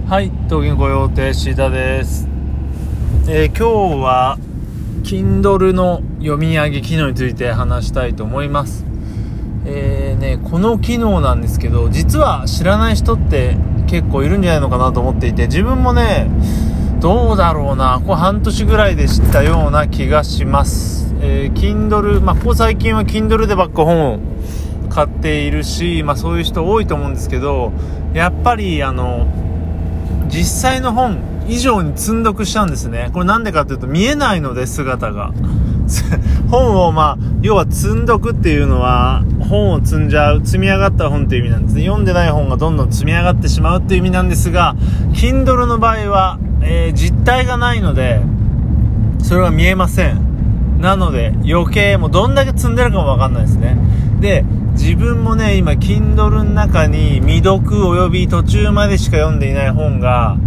はい、当銀ご用邸シーダです。今日は Kindle の読み上げ機能について話したいと思います。この機能なんですけど、実は知らない人って結構いるんじゃないのかなと思っていて、自分もね、どうだろうな、ここ半年ぐらいで知ったような気がします。Kindle、ここ最近は Kindle でばっか本を買っているし、そういう人多いと思うんですけど、やっぱり実際の本以上に積んどくしちゃうんですね。これなんでかというと見えないので、姿が本を要は積んどくっていうのは本を積んじゃう、積み上がった本という意味なんですね。読んでない本がどんどん積み上がってしまうっていう意味なんですが、 Kindle の場合は、実体がないのでそれは見えません。なので余計もうどんだけ積んでるかもわかんないですね。で、自分もね、今 Kindle の中に未読および途中までしか読んでいない本が、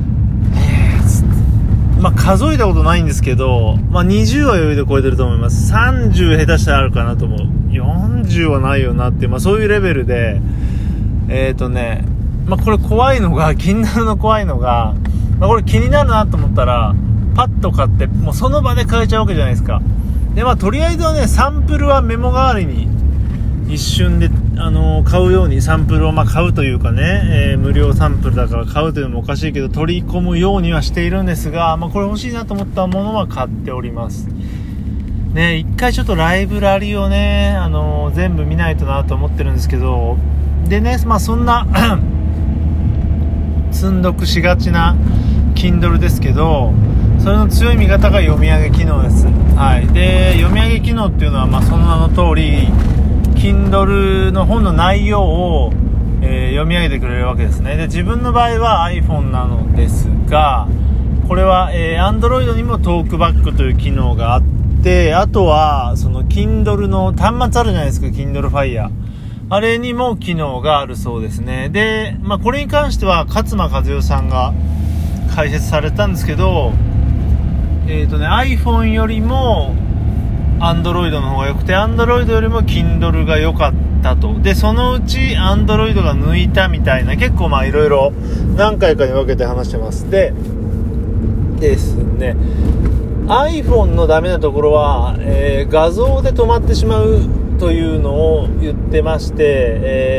数えたことないんですけど、20は余裕で超えてると思います。30下手したらあるかなと思う。40はないよなって、そういうレベルで、これ怖いのが、Kindle の怖いのが、これ気になるなと思ったらパッと買って、もうその場で買えちゃうわけじゃないですか。で、とりあえずはね、サンプルはメモ代わりに一瞬で買うように、サンプルを買うというかね、無料サンプルだから買うというのもおかしいけど取り込むようにはしているんですが、これ欲しいなと思ったものは買っておりますね。一回ちょっとライブラリをね、全部見ないとなと思ってるんですけど、でね、そんな積んどくしがちな Kindle ですけど、それの強い味方が読み上げ機能です。はい。で、読み上げ機能っていうのはその名の通りKindle の本の内容を、読み上げてくれるわけですね。で、自分の場合は iPhone なのですが、これは、Android にもトークバックという機能があって、あとはその Kindle の端末あるじゃないですか、Kindle Fire。あれにも機能があるそうですね。で、これに関しては勝間和代さんが解説されたんですけど、iPhone よりもAndroid の方が良くて、Android よりも Kindle が良かったと。で、そのうち Android が抜いたみたいな、結構いろいろ何回かに分けて話してます。でですね、 iPhone のダメなところは、画像で止まってしまうというのを言ってまして、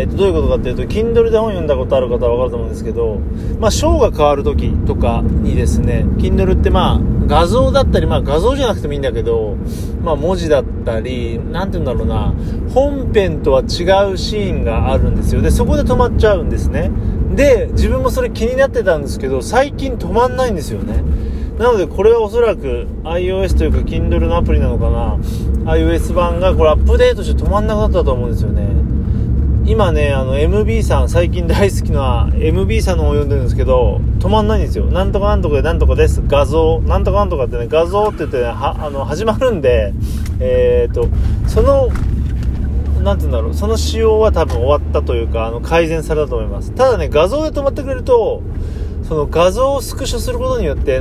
どういうことかっていうと、 Kindle で本読んだことある方は分かると思うんですけど、章が変わる時とかにですね、 Kindle って画像だったり、画像じゃなくてもいいんだけど、文字だったり、本編とは違うシーンがあるんですよ。で、そこで止まっちゃうんですね。で、自分もそれ気になってたんですけど、最近止まんないんですよね。なのでこれはおそらく iOS というか Kindle のアプリなのかな、 iOS 版がこれアップデートして止まんなくなったと思うんですよね。今ね、MB さん、最近大好きな MB さんの本を読んでるんですけど、止まんないんですよ。なんとかなんとかでなんとかです、画像なんとかなんとかってね、画像って言ってね、始まるんで、そのその仕様は多分終わったというか、改善されたと思います。ただね、画像で止まってくれると、その画像をスクショすることによって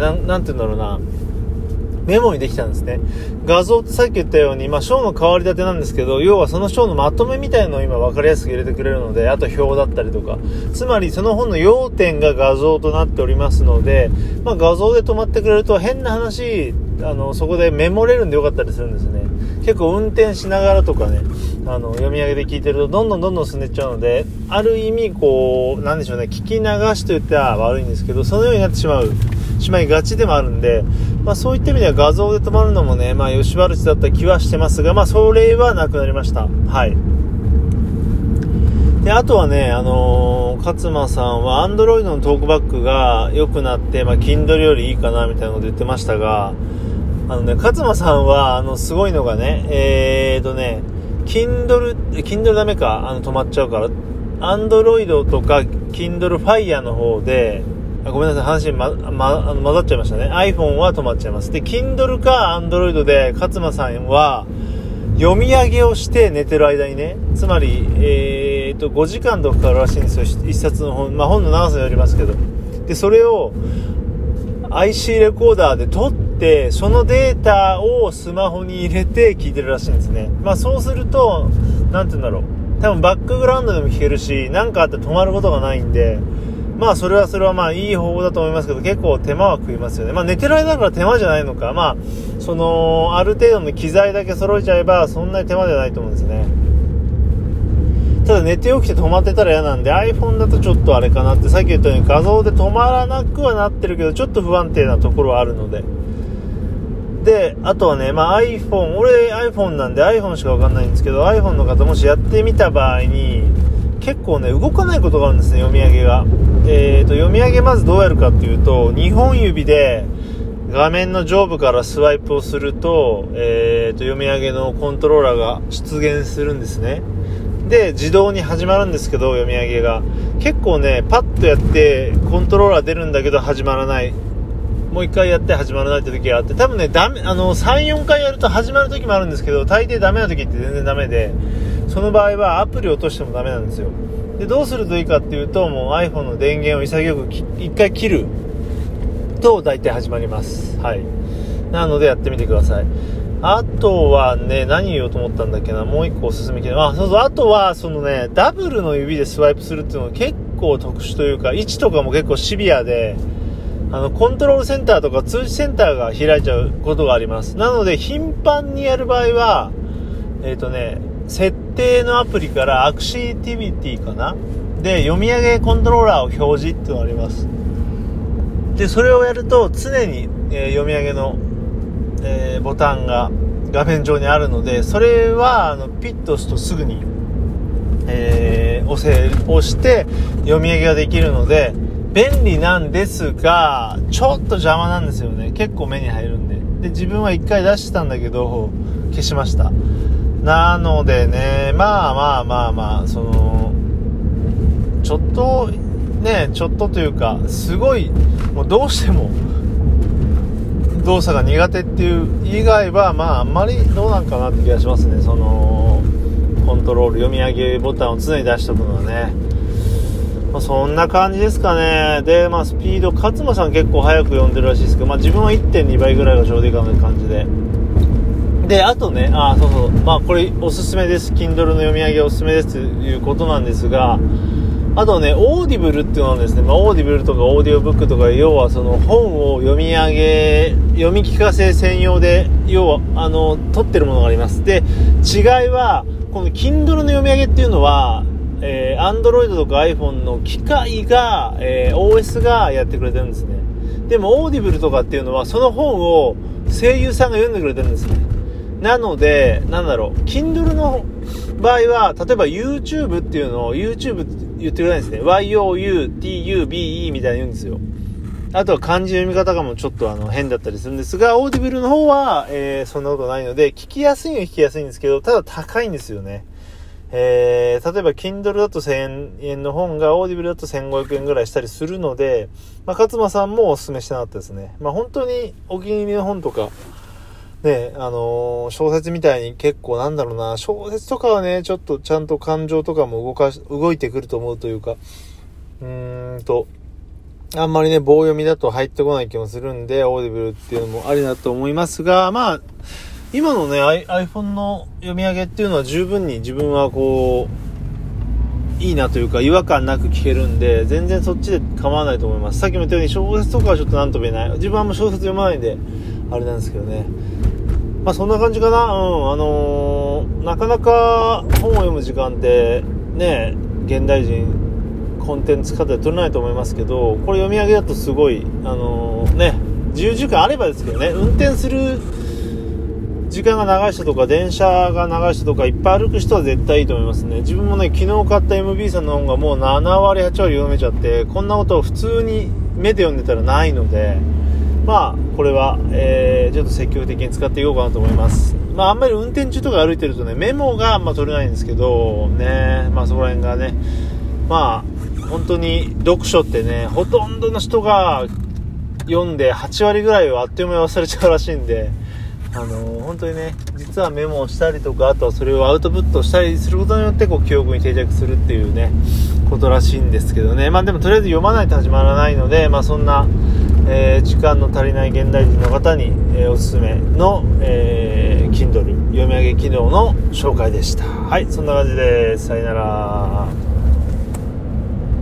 メモにできたんですね。画像ってさっき言ったように、章の変わり立てなんですけど、要はその章のまとめみたいなのを今分かりやすく入れてくれるので、あと表だったりとか、つまりその本の要点が画像となっておりますので、画像で止まってくれると変な話、そこでメモれるんでよかったりするんですね。結構運転しながらとかね、読み上げで聞いてるとどんどん進んでいっちゃうので、ある意味聞き流しと言っては悪いんですけど、そのようになってしまいがちでもあるんで、そういった意味では画像で止まるのもね、よし悪しだった気はしてますが、それはなくなりました。はい。で、あとはね、勝間さんは Android のトークバックが良くなって、Kindle よりいいかなみたいなこと言ってましたが、勝間さんはすごいのがね、Kindle ダメか、止まっちゃうから、Android とか Kindle Fire の方で、ごめんなさい、話混ざっちゃいましたね。 iPhone は止まっちゃいます。で、Kindle か Android で勝間さんは読み上げをして寝てる間にね、つまり5時間とかかかるらしいんですよ、一冊の本。本の長さによりますけど。で、それを IC レコーダーで撮って、そのデータをスマホに入れて聞いてるらしいんですね。そうすると多分バックグラウンドでも聞けるし、何かあって止まることがないんで、 まあそれはまあいい方法だと思いますけど、結構手間は食いますよね。まあ寝てる間だから手間じゃないのか、まあそのある程度の機材だけ揃えちゃえばそんなに手間ではないと思うんですね。ただ寝て起きて止まってたら嫌なんで、 iPhone だとちょっとあれかなって、さっき言ったように画像で止まらなくはなってるけどちょっと不安定なところはあるので、であとはね、まあ iPhone、俺 iPhone なんで iPhone しかわかんないんですけど、 iPhone の方もしやってみた場合に結構ね動かないことがあるんですね、読み上げが。読み上げまずどうやるかっていうと、2本指で画面の上部からスワイプをすると、読み上げのコントローラーが出現するんですね。で自動に始まるんですけど、読み上げが結構ねパッとやってコントローラー出るんだけど始まらない、もう一回やって始まらないって時があって、多分ねダメ、3、4回やると始まる時もあるんですけど、大抵ダメな時って全然ダメで、その場合はアプリを落としてもダメなんですよ。でどうするといいかっていうと、もう iPhone の電源を潔く一回切ると大体始まります。はい。なのでやってみてください。あとはね、何言おうと思ったんだっけな、もう一個おすすめ系、あとはそのね、ダブルの指でスワイプするっていうのは結構特殊というか、位置とかも結構シビアで、コントロールセンターとか通知センターが開いちゃうことがあります。なので頻繁にやる場合は設定のアプリからアクシティビティかなで読み上げコントローラーを表示っていうのがあります。でそれをやると常に、読み上げの、ボタンが画面上にあるので、それはピッと押すとすぐに、押して読み上げができるので便利なんですが、ちょっと邪魔なんですよね。結構目に入るんで。で自分は一回出したんだけど消しました。なのでね、まあそのちょっとというか、すごいもうどうしても動作が苦手っていう以外は、まああんまりどうなんかなって気がしますね。そのコントロール、読み上げボタンを常に出しておくのはね、まあ、そんな感じですかね。でまあスピード、勝間さん結構早く読んでるらしいですけど、まあ自分は 1.2 倍ぐらいがちょうどいいかな感じで。であとね、まあこれおすすめです。 Kindle の読み上げおすすめですということなんですが、あとね、オーディブルっていうのはですね、まあ、オーディブルとかオーディオブックとか、要はその本を読み聞かせ専用で、要は撮ってるものがあります。で違いは、この Kindle の読み上げっていうのは、Android とか iPhone の機械が、OS がやってくれてるんですね。でもオーディブルとかっていうのはその本を声優さんが読んでくれてるんですね。なのでKindle の場合は、例えば YouTube っていうのを YouTube って言ってくれないんですね。 YOUTUBE みたいに言うんですよ。あとは漢字読み方がもちょっと変だったりするんですが、オーディブルの方は、そんなことないので、聞きやすいんですけど、ただ高いんですよね。例えば Kindle だと1000円の本がオーディブルだと1500円ぐらいしたりするので、まあ、勝間さんもお勧めしてなかったですね。まあ、本当にお気に入りの本とかね、小説みたいに結構小説とかはね、ちょっとちゃんと感情とかも動いてくると思うというか、あんまりね棒読みだと入ってこない気もするんで、オーディブルっていうのもありだと思いますが、まあ今のね iPhone の読み上げっていうのは十分に自分はこういいなというか、違和感なく聞けるんで、全然そっちで構わないと思います。さっきも言ったように小説とかはちょっとなんとも言えない。自分はあんま小説読まないんであれなんですけどね。まあそんな感じかな。なかなか本を読む時間ってね、現代人コンテンツ化で取れないと思いますけど、これ読み上げだとすごい自由時間あればですけどね、運転する時間が長い人とか電車が長い人とかいっぱい歩く人は絶対いいと思いますね。自分もね、昨日買った MB さんの本がもう7割8割読めちゃって、こんなことを普通に目で読んでたらないので、まあこれは、ちょっと積極的に使っていこうかなと思います。まああんまり運転中とか歩いてるとね、メモが取れないんですけどね、まあそこら辺がね、まあ本当に読書ってね、ほとんどの人が読んで8割ぐらいはあっという間に忘れちゃうらしいんで、本当にね、実はメモをしたりとか、あとはそれをアウトプットしたりすることによってこう記憶に定着するっていうねことらしいんですけどね。まあでもとりあえず読まないと始まらないので、まあそんな、時間の足りない現代人の方に、おすすめの、Kindle 読み上げ機能の紹介でした。はい、そんな感じです。さよなら。